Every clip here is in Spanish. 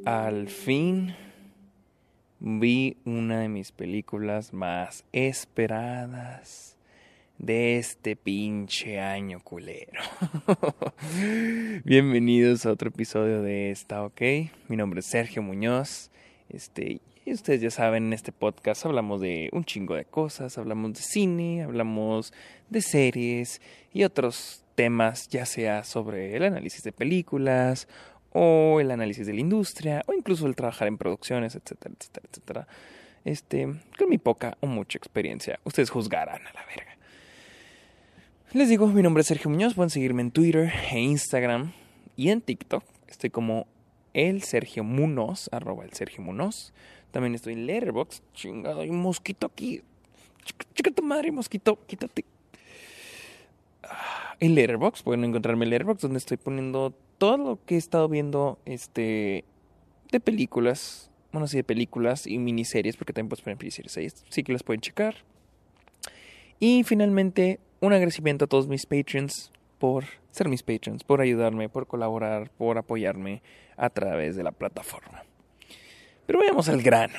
Al fin vi una de mis películas más esperadas de este pinche año culero. Bienvenidos a otro episodio de Está OK. Mi nombre es Sergio Muñoz. Y ustedes ya saben, en este podcast hablamos de un chingo de cosas. Hablamos de cine, hablamos de series y otros temas, ya sea sobre el análisis de películas o el análisis de la industria, o incluso el trabajar en producciones, etcétera, etcétera, etcétera. Con mi poca o mucha experiencia, ustedes juzgarán a la verga. Les digo, mi nombre es Sergio Muñoz, pueden seguirme en Twitter e Instagram y en TikTok. Estoy como el Sergio Munoz, @elsergiomunoz. También estoy en Letterboxd. Chingado, hay un mosquito aquí. Chica tu madre, mosquito, quítate. En Letterboxd, pueden encontrarme en Letterboxd, donde estoy poniendo todo lo que he estado viendo de películas. Bueno, sí, de películas y miniseries, porque también puedes poner miniseries ahí, sí que las pueden checar. Y finalmente, un agradecimiento a todos mis patrons por ser mis patrons, por ayudarme, por colaborar, por apoyarme a través de la plataforma. Pero vayamos al grano.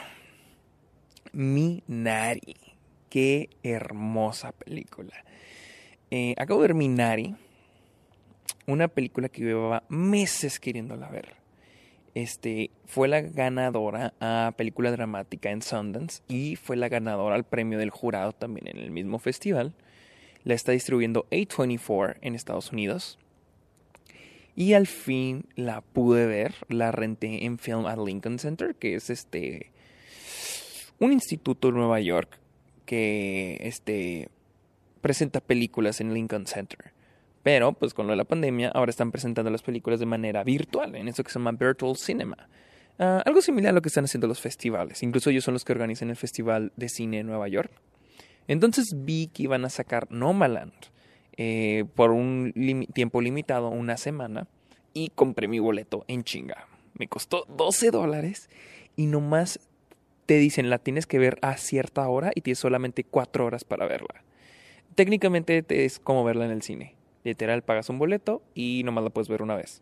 Minari. Qué hermosa película. Acabo de ver Minari, una película que llevaba meses queriéndola ver. Fue la ganadora a película dramática en Sundance y fue la ganadora al premio del jurado también en el mismo festival. La está distribuyendo A24 en Estados Unidos. Y al fin la pude ver, la renté en Film at Lincoln Center, que es un instituto en Nueva York que presenta películas en Lincoln Center. Pero, pues con lo de la pandemia, ahora están presentando las películas de manera virtual, en eso que se llama Virtual Cinema. Algo similar a lo que están haciendo los festivales. Incluso ellos son los que organizan el Festival de Cine en Nueva York. Entonces vi que iban a sacar Nomadland por un tiempo limitado, una semana, y compré mi boleto en chinga. Me costó $12 y nomás te dicen, la tienes que ver a cierta hora y tienes solamente 4 horas para verla. Técnicamente es como verla en el cine. Literal, pagas un boleto y nomás la puedes ver una vez.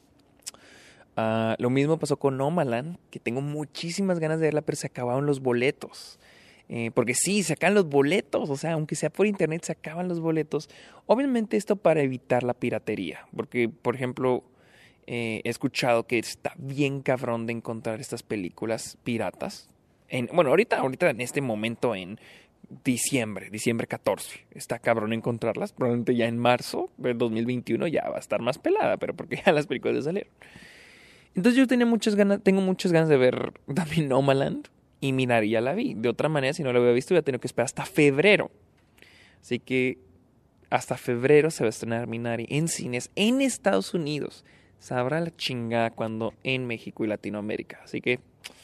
Lo mismo pasó con Nomadland, que tengo muchísimas ganas de verla, pero se acabaron los boletos. Porque sí, se acaban los boletos. O sea, aunque sea por internet, se acaban los boletos. Obviamente esto para evitar la piratería. Porque, por ejemplo, he escuchado que está bien cabrón de encontrar estas películas piratas. Ahorita en este momento en diciembre 14. Está cabrón encontrarlas. Probablemente ya en marzo del 2021 ya va a estar más pelada, pero porque ya las películas ya salieron. Entonces yo tengo muchas ganas de ver también Nomadland, y Minari ya la vi. De otra manera, si no la hubiera visto, hubiera tenido que esperar hasta febrero. Así que hasta febrero se va a estrenar Minari en cines en Estados Unidos. Sabrá la chingada cuando en México y Latinoamérica. Así que,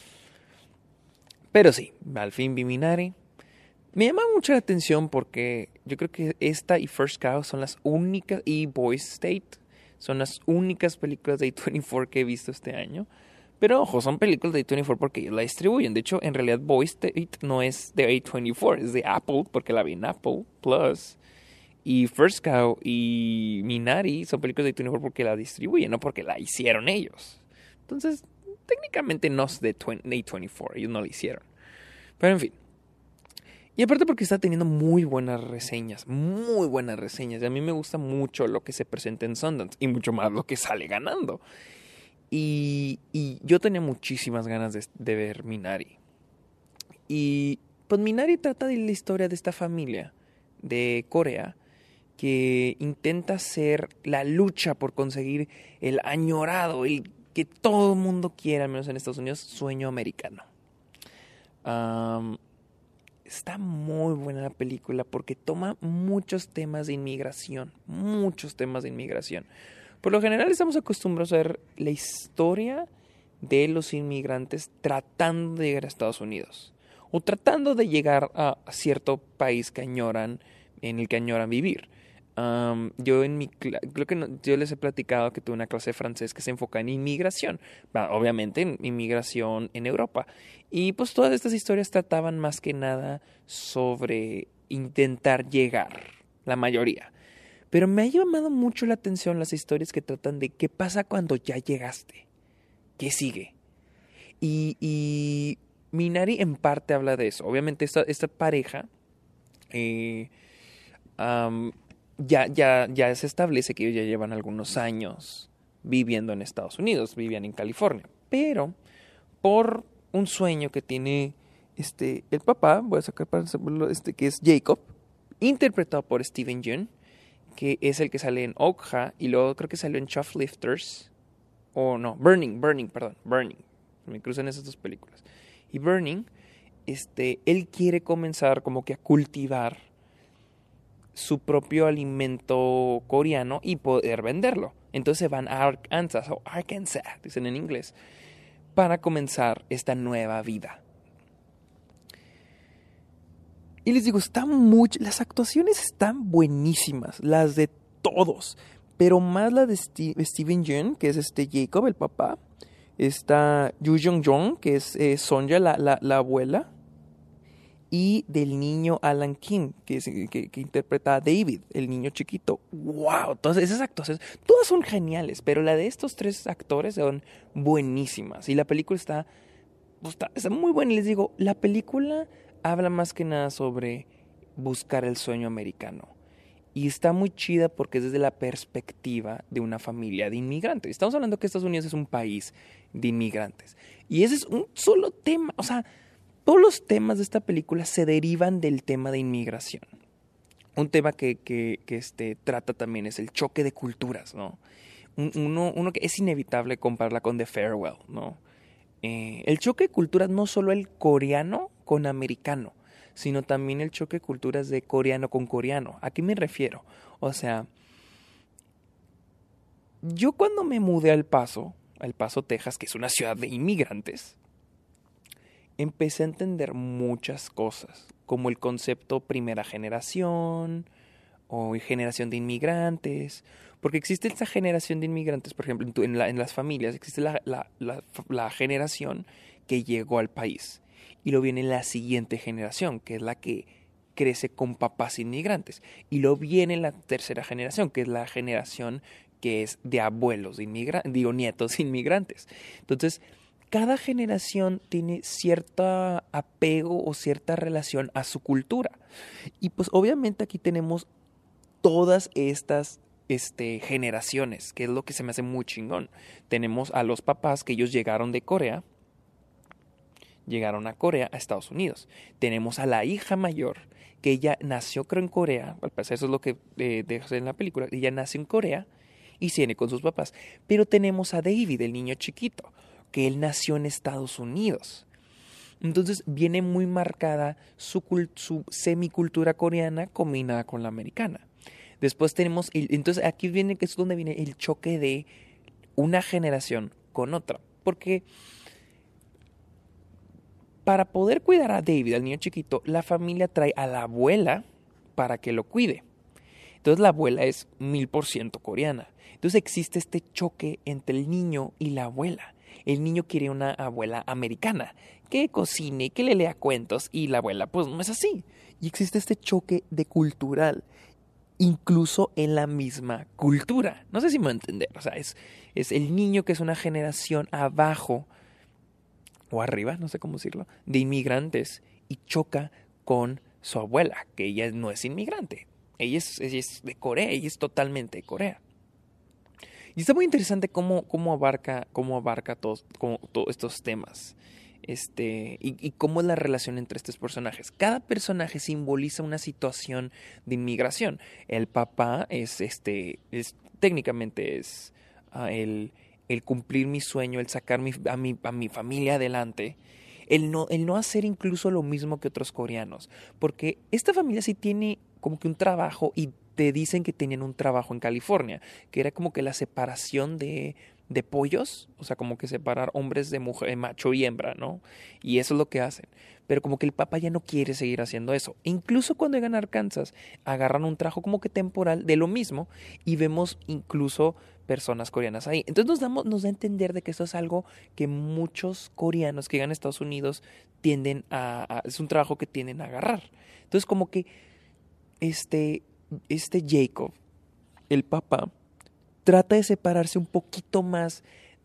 pero sí, al fin vi Minari. Me llama mucho la atención porque yo creo que esta y First Cow son las únicas, y Boys State, son las únicas películas de A24 que he visto este año. Pero ojo, son películas de A24 porque ellos la distribuyen. De hecho, en realidad Boys State no es de A24, es de Apple, porque la vi en Apple Plus. Y First Cow y Minari son películas de A24 porque la distribuyen, no porque la hicieron ellos. Entonces, técnicamente no es de A24, ellos no la hicieron. Pero en fin. Y aparte porque está teniendo muy buenas reseñas, muy buenas reseñas. Y a mí me gusta mucho lo que se presenta en Sundance y mucho más lo que sale ganando. Y yo tenía muchísimas ganas de ver Minari. Y pues Minari trata de la historia de esta familia de Corea que intenta hacer la lucha por conseguir el añorado, el que todo el mundo quiere, al menos en Estados Unidos, sueño americano. Está muy buena la película porque toma muchos temas de inmigración. Por lo general estamos acostumbrados a ver la historia de los inmigrantes tratando de llegar a Estados Unidos o tratando de llegar a cierto país en el que añoran vivir. Yo creo que yo les he platicado que tuve una clase de francés que se enfoca en inmigración, obviamente en inmigración en Europa, y pues todas estas historias trataban más que nada sobre intentar llegar, la mayoría. Pero me ha llamado mucho la atención las historias que tratan de qué pasa cuando ya llegaste, qué sigue. Y Minari en parte habla de eso. Obviamente esta pareja eh, am, ya se establece que ellos ya llevan algunos años viviendo en Estados Unidos, vivían en California. Pero por un sueño que tiene el papá, voy a sacar para saberlo, que es Jacob, interpretado por Steven Yeun, que es el que sale en Okja y luego creo que salió en Shoplifters, o no, Burning. Me cruzan esas dos películas. Y Burning, él quiere comenzar como que a cultivar su propio alimento coreano y poder venderlo. Entonces van a Arkansas, dicen en inglés, para comenzar esta nueva vida. Y les digo, las actuaciones están buenísimas, las de todos, pero más la de Steven Yeun, que es Jacob, el papá. Está Yu Jong-jong, que es Sonja, la abuela. Y del niño Alan Kim, que interpreta a David, el niño chiquito. ¡Wow! Todas esas actuaciones, todas son geniales, pero la de estos tres actores son buenísimas. Y la película está muy buena. Y les digo, la película habla más que nada sobre buscar el sueño americano. Y está muy chida porque es desde la perspectiva de una familia de inmigrantes. Estamos hablando que Estados Unidos es un país de inmigrantes. Y ese es un solo tema. O sea, todos los temas de esta película se derivan del tema de inmigración. Un tema que trata también es el choque de culturas, ¿no? Uno que es inevitable compararla con The Farewell, ¿no? El choque de culturas no solo el coreano con americano, sino también el choque de culturas de coreano con coreano. ¿A qué me refiero? O sea, yo cuando me mudé a El Paso, Texas, que es una ciudad de inmigrantes, empecé a entender muchas cosas, como el concepto primera generación o generación de inmigrantes, porque existe esta generación de inmigrantes, por ejemplo, en las familias existe la generación que llegó al país y luego viene la siguiente generación, que es la que crece con papás inmigrantes, y luego viene la tercera generación, que es la generación que es de abuelos de inmigrantes, digo nietos inmigrantes. Entonces, cada generación tiene cierto apego o cierta relación a su cultura. Y pues obviamente aquí tenemos todas estas generaciones, que es lo que se me hace muy chingón. Tenemos a los papás que ellos llegaron de Corea, llegaron a Corea, a Estados Unidos. Tenemos a la hija mayor, que ella nació creo en Corea, al parecer eso es lo que deja en la película, ella nació en Corea y se viene con sus papás. Pero tenemos a David, el niño chiquito, que él nació en Estados Unidos. Entonces viene muy marcada su semicultura coreana combinada con la americana. Después tenemos, entonces aquí viene, que es donde viene el choque de una generación con otra. Porque para poder cuidar a David, al niño chiquito, la familia trae a la abuela para que lo cuide. Entonces la abuela es 1000% coreana. Entonces existe este choque entre el niño y la abuela. El niño quiere una abuela americana, que cocine, que le lea cuentos, y la abuela pues no es así. Y existe este choque de cultural, incluso en la misma cultura. No sé si me voy a entender. O sea, es el niño que es una generación abajo, o arriba, no sé cómo decirlo, de inmigrantes, y choca con su abuela, que ella no es inmigrante. Ella es de Corea, ella es totalmente de Corea. Y está muy interesante cómo abarca todos estos temas. Y cómo es la relación entre estos personajes. Cada personaje simboliza una situación de inmigración. El papá técnicamente es el cumplir mi sueño, el sacar a mi familia adelante. El no hacer incluso lo mismo que otros coreanos. Porque esta familia sí tiene como que un trabajo, y te dicen que tenían un trabajo en California, que era como que la separación de pollos, o sea, como que separar hombres de mujer, macho y hembra, ¿no? Y eso es lo que hacen. Pero como que el papá ya no quiere seguir haciendo eso. E incluso cuando llegan a Arkansas, agarran un trabajo como que temporal de lo mismo, y vemos incluso personas coreanas ahí. Entonces nos da a entender de que esto es algo que muchos coreanos que llegan a Estados Unidos es un trabajo que tienden a agarrar. Entonces como que este Jacob, el papá, trata de separarse un poquito más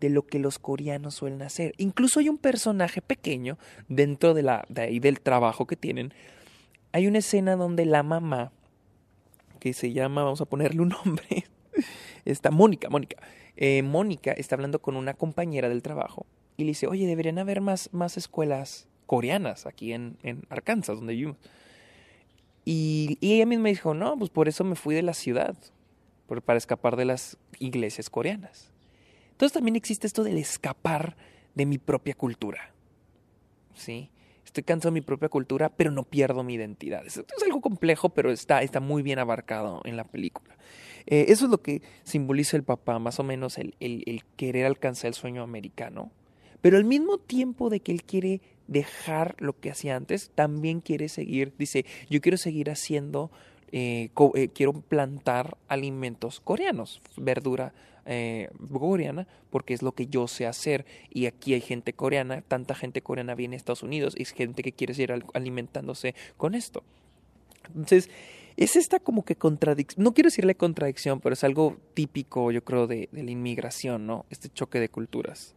de lo que los coreanos suelen hacer. Incluso hay un personaje pequeño dentro de ahí del trabajo que tienen. Hay una escena donde la mamá, que se llama, vamos a ponerle un nombre, está Mónica. Mónica está hablando con una compañera del trabajo y le dice, oye, deberían haber más escuelas coreanas aquí en Arkansas, donde vivimos. Y ella misma dijo, no, pues por eso me fui de la ciudad, para escapar de las iglesias coreanas. Entonces también existe esto del escapar de mi propia cultura, ¿sí? Estoy cansado de mi propia cultura, pero no pierdo mi identidad. Es algo complejo, pero está muy bien abarcado en la película. Eso es lo que simboliza el papá, más o menos el querer alcanzar el sueño americano. Pero al mismo tiempo de que él quiere dejar lo que hacía antes, también quiere seguir, dice, yo quiero seguir haciendo, quiero plantar alimentos coreanos, verdura coreana, porque es lo que yo sé hacer. Y aquí hay gente coreana, tanta gente coreana viene a Estados Unidos y es gente que quiere seguir alimentándose con esto. Entonces, es esta como que contradicción, no quiero decirle contradicción, pero es algo típico, yo creo, de la inmigración, ¿no? Este choque de culturas.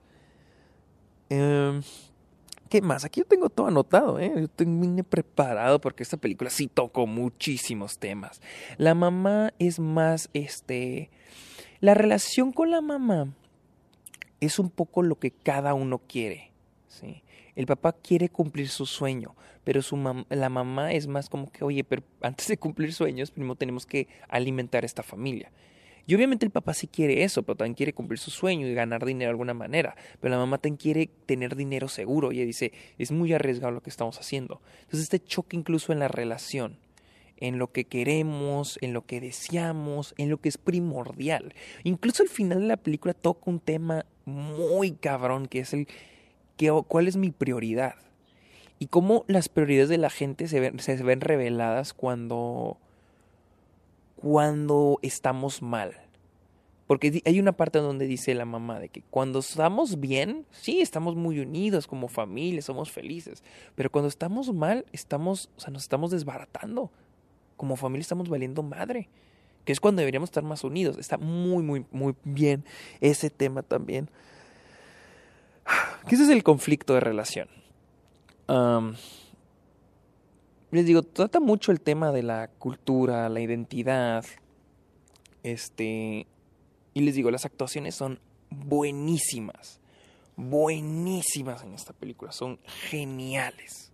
¿Qué más? Aquí yo tengo todo anotado, ¿eh? Vine preparado porque esta película sí tocó muchísimos temas. La mamá es más, la relación con la mamá es un poco lo que cada uno quiere, ¿sí? El papá quiere cumplir su sueño, pero la mamá es más como que, oye, pero antes de cumplir sueños, primero tenemos que alimentar a esta familia. Y obviamente el papá sí quiere eso, pero también quiere cumplir su sueño y ganar dinero de alguna manera. Pero la mamá también quiere tener dinero seguro. Y ella dice, es muy arriesgado lo que estamos haciendo. Entonces este choque incluso en la relación, en lo que queremos, en lo que deseamos, en lo que es primordial. Incluso al final de la película toca un tema muy cabrón, que es ¿cuál es mi prioridad? Y cómo las prioridades de la gente se ven reveladas cuando estamos mal. Porque hay una parte donde dice la mamá de que cuando estamos bien, sí, estamos muy unidos como familia, somos felices. Pero cuando estamos mal, nos estamos desbaratando. Como familia estamos valiendo madre. Que es cuando deberíamos estar más unidos. Está muy, muy, muy bien ese tema también. Que ese es el conflicto de relación. Les digo, trata mucho el tema de la cultura, la identidad. Y les digo, las actuaciones son buenísimas. Buenísimas en esta película. Son geniales.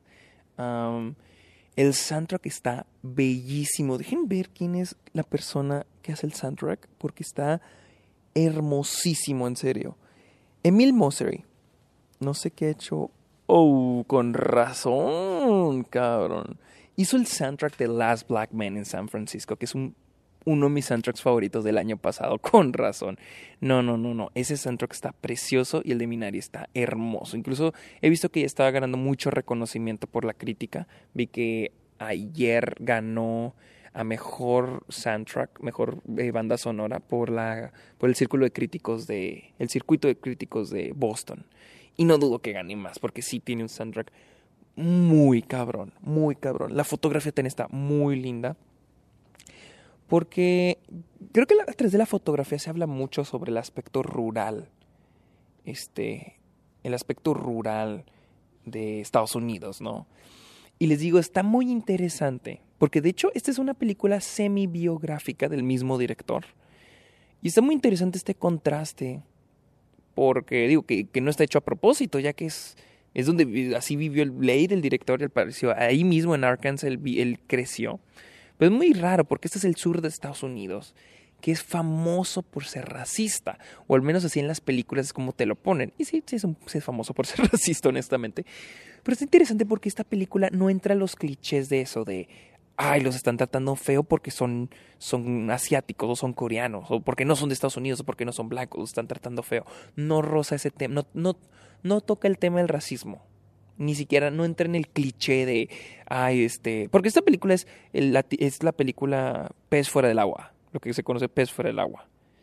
El soundtrack está bellísimo. Dejen ver quién es la persona que hace el soundtrack, porque está hermosísimo, en serio. Emil Mosseri. No sé qué ha hecho. Oh, con razón, cabrón. Hizo el soundtrack de Last Black Man in San Francisco, que es uno de mis soundtracks favoritos del año pasado, con razón. No. Ese soundtrack está precioso y el de Minari está hermoso. Incluso he visto que ya estaba ganando mucho reconocimiento por la crítica. Vi que ayer ganó a mejor soundtrack, mejor banda sonora por el circuito de críticos de Boston. Y no dudo que gane más, porque sí tiene un soundtrack muy cabrón, muy cabrón. La fotografía también está muy linda. Porque creo que a través de la fotografía se habla mucho sobre el aspecto rural. El aspecto rural de Estados Unidos, ¿no? Y les digo, está muy interesante. Porque de hecho, esta es una película semi-biográfica del mismo director. Y está muy interesante este contraste. Porque digo que no está hecho a propósito, ya que es donde así vivió el director, y él pareció ahí mismo en Arkansas, él creció. Pero es muy raro porque este es el sur de Estados Unidos, que es famoso por ser racista, o al menos así en las películas es como te lo ponen. Y sí es famoso por ser racista, honestamente. Pero es interesante porque esta película no entra a los clichés de eso, de los están tratando feo porque son asiáticos o son coreanos, o porque no son de Estados Unidos, o porque no son blancos, los están tratando feo. No roza ese tema, no toca el tema del racismo. Ni siquiera no entra en el cliché de porque esta película es la película Pez fuera del agua, lo que se conoce Pez fuera del agua.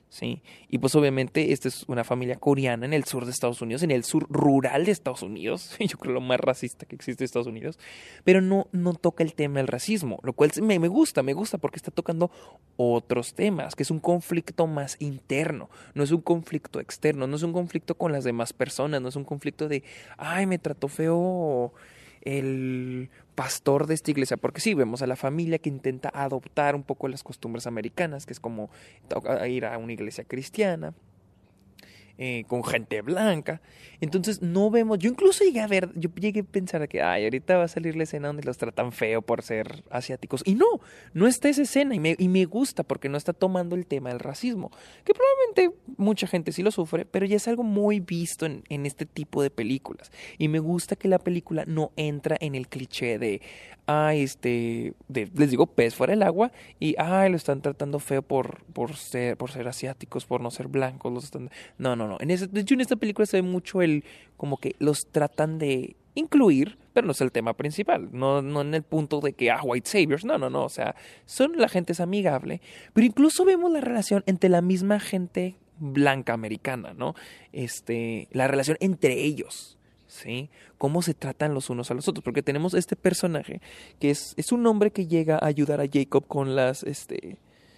¿sí? Y pues obviamente esta es una familia coreana en el sur de Estados Unidos, en el sur rural de Estados Unidos, yo creo lo más racista que existe en Estados Unidos, pero no toca el tema del racismo, lo cual me gusta porque está tocando otros temas, que es un conflicto más interno, no es un conflicto externo, no es un conflicto con las demás personas, no es un conflicto de, ay, me trató feo el pastor de esta iglesia, porque sí, vemos a la familia que intenta adoptar un poco las costumbres americanas, que es como ir a una iglesia cristiana, con gente blanca. Entonces no vemos, yo incluso llegué a ver, yo llegué a pensar que, ay, ahorita va a salir la escena donde los tratan feo por ser asiáticos. Y no está esa escena y me gusta porque no está tomando el tema del racismo, que probablemente mucha gente sí lo sufre, pero ya es algo muy visto en este tipo de películas. Y me gusta que la película no entra en el cliché de, ay, les digo, pez fuera del agua y, ay, lo están tratando feo por ser asiáticos, por no ser blancos, los están... No. De hecho, en esta película se ve mucho como que los tratan de incluir, pero no es el tema principal. No en el punto de que, white saviors. No. O sea, la gente es amigable. Pero incluso vemos la relación entre la misma gente blanca americana, ¿no? La relación entre ellos, ¿sí? Cómo se tratan los unos a los otros. Porque tenemos este personaje que es un hombre que llega a ayudar a Jacob con se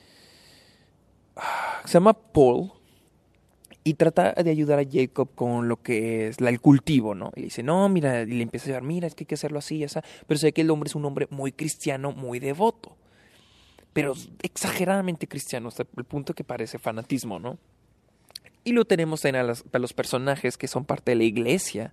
llama Paul. Y trata de ayudar a Jacob con lo que es el cultivo, ¿no? Y le dice, no, mira, y le empieza a decir, mira, es que hay que hacerlo así, esa. Pero se ve que el hombre es un hombre muy cristiano, muy devoto. Pero exageradamente cristiano, hasta el punto que parece fanatismo, ¿no? Y lo tenemos en a los personajes que son parte de la iglesia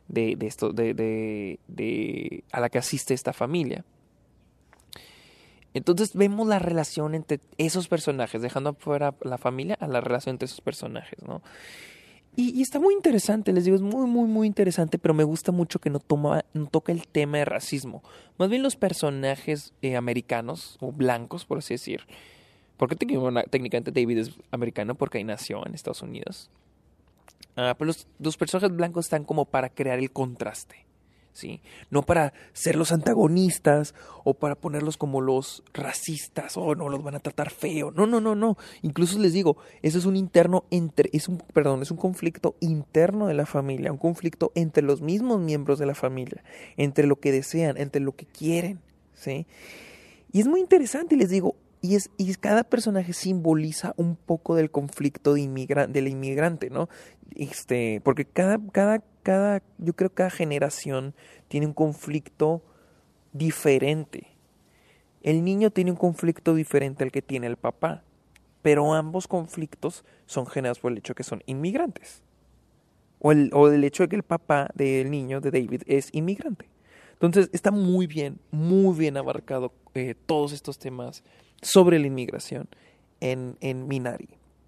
a la que asiste esta familia. Entonces vemos la relación entre esos personajes, dejando afuera la familia, a la relación entre esos personajes, ¿no? Y está muy interesante, les digo, es muy interesante, pero me gusta mucho que no toca el tema de racismo. Más bien los personajes americanos, o blancos, por así decir. Porque técnicamente David es americano porque ahí nació en Estados Unidos. Pero los personajes blancos están como para crear el contraste. ¿Sí? No para ser los antagonistas o para ponerlos como los racistas o no los van a tratar feo. No. Incluso les digo, eso es es un conflicto interno de la familia, un conflicto entre los mismos miembros de la familia, entre lo que desean, entre lo que quieren, ¿sí? Y es muy interesante, les digo, y cada personaje simboliza un poco del conflicto del inmigrante, ¿no? Porque yo creo que cada generación tiene un conflicto diferente. El niño tiene un conflicto diferente al que tiene el papá, pero ambos conflictos son generados por el hecho de que son inmigrantes. O el hecho de que el papá del niño, de David, es inmigrante. Entonces está muy bien abarcado todos estos temas sobre la inmigración en Minari.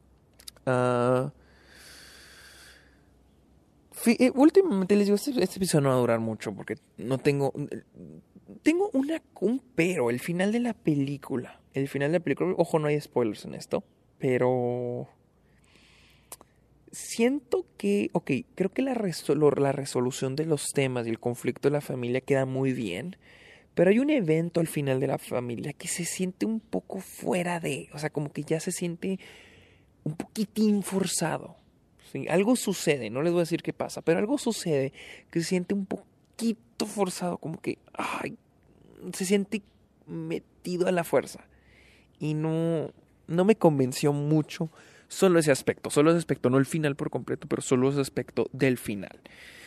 Últimamente les digo, este episodio no va a durar mucho porque no tengo... Tengo un pero, el final de la película. Ojo, no hay spoilers en esto, pero... Siento que, creo que la resolución de los temas y el conflicto de la familia queda muy bien, pero hay un evento al final de la familia que se siente un poco fuera de, o sea, como que ya se siente un poquitín forzado. ¿Sí? Algo sucede, no les voy a decir qué pasa, pero algo sucede que se siente un poquito forzado, como que, se siente metido a la fuerza. Y no me convenció mucho solo ese aspecto, no el final por completo, pero solo ese aspecto del final.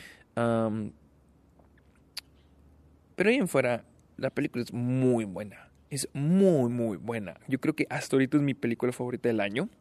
Pero ahí en fuera, la película es muy buena. Es muy buena. Yo creo que hasta ahorita es mi película favorita del año.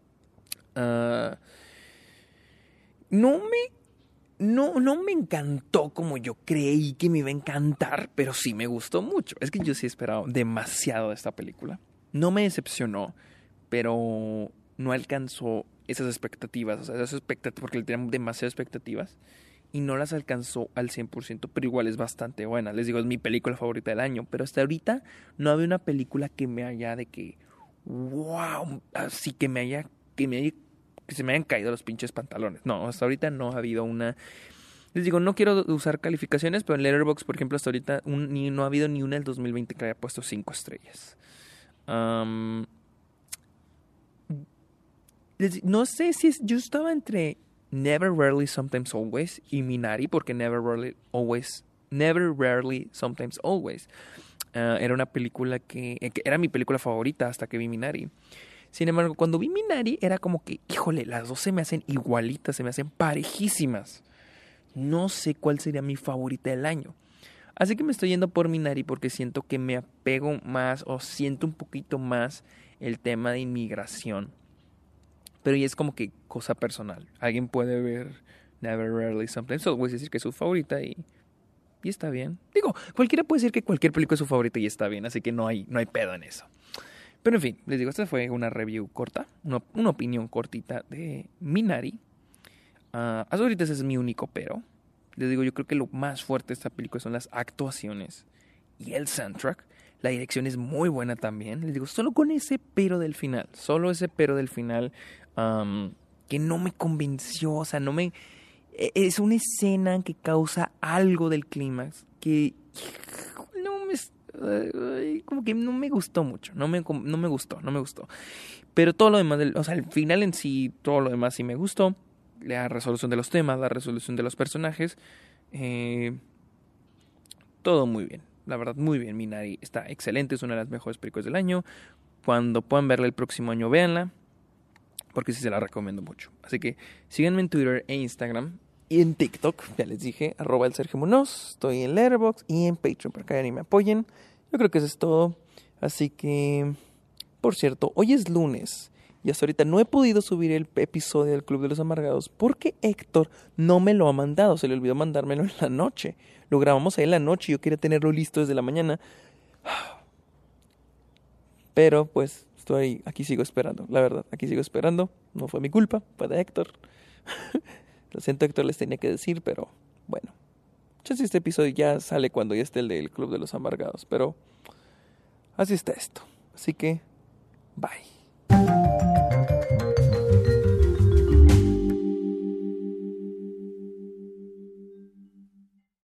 No me encantó como yo creí que me iba a encantar, pero sí me gustó mucho. Es que yo sí he esperado demasiado de esta película. No me decepcionó, pero no alcanzó esas expectativas. O sea, esas expectativas, porque le tenían demasiadas expectativas y no las alcanzó al 100%, pero igual es bastante buena. Les digo, es mi película favorita del año, pero hasta ahorita no había una película que me haya de que, wow, así que que se me hayan caído los pinches pantalones. No, hasta ahorita no ha habido una. Les digo, no quiero usar calificaciones, pero en Letterboxd, por ejemplo, hasta ahorita no ha habido ni una del 2020 que haya puesto 5 estrellas. No sé si yo estaba entre Never, Rarely, Sometimes, Always y Minari, porque Never, Rarely, Sometimes, Always. Era una película que era mi película favorita hasta que vi Minari. Sin embargo, cuando vi Minari era como que, híjole, las dos se me hacen igualitas, se me hacen parejísimas. No sé cuál sería mi favorita del año. Así que me estoy yendo por Minari porque siento que me apego más o siento un poquito más el tema de inmigración. Pero ya es como que cosa personal. Alguien puede ver Never, Rarely, Sometimes Always decir que es su favorita y está bien. Digo, cualquiera puede decir que cualquier película es su favorita y está bien, así que no hay pedo en eso. Pero en fin, les digo, esta fue una review corta, una opinión cortita de Minari. Hasta ahorita ese es mi único pero. Les digo, yo creo que lo más fuerte de esta película son las actuaciones y el soundtrack. La dirección es muy buena también. Les digo, solo con ese pero del final. Solo ese pero del final que no me convenció. O sea, no me... Es una escena que causa algo del clímax que no me... como que no me gustó mucho. No me gustó. Pero todo lo demás, o sea, el final en sí, todo lo demás sí me gustó. La resolución de los temas, la resolución de los personajes, todo muy bien, la verdad muy bien. Minari está excelente, es una de las mejores películas del año. Cuando puedan verla el próximo año, véanla, porque sí se la recomiendo mucho. Así que síganme en Twitter e Instagram y en TikTok, ya les dije, @el Sergio Munoz. Estoy en Letterboxd y en Patreon para que vayan y me apoyen. Yo creo que eso es todo. Así que, por cierto, hoy es lunes. Y hasta ahorita no he podido subir el episodio del Club de los Amargados porque Héctor no me lo ha mandado. Se le olvidó mandármelo en la noche. Lo grabamos ahí en la noche y yo quería tenerlo listo desde la mañana. Pero pues aquí sigo esperando. La verdad, aquí sigo esperando. No fue mi culpa, fue de Héctor. Lo siento, Héctor, les tenía que decir, pero bueno. Ya si este episodio ya sale cuando ya esté el del Club de los Amargados. Pero así está esto. Así que, bye.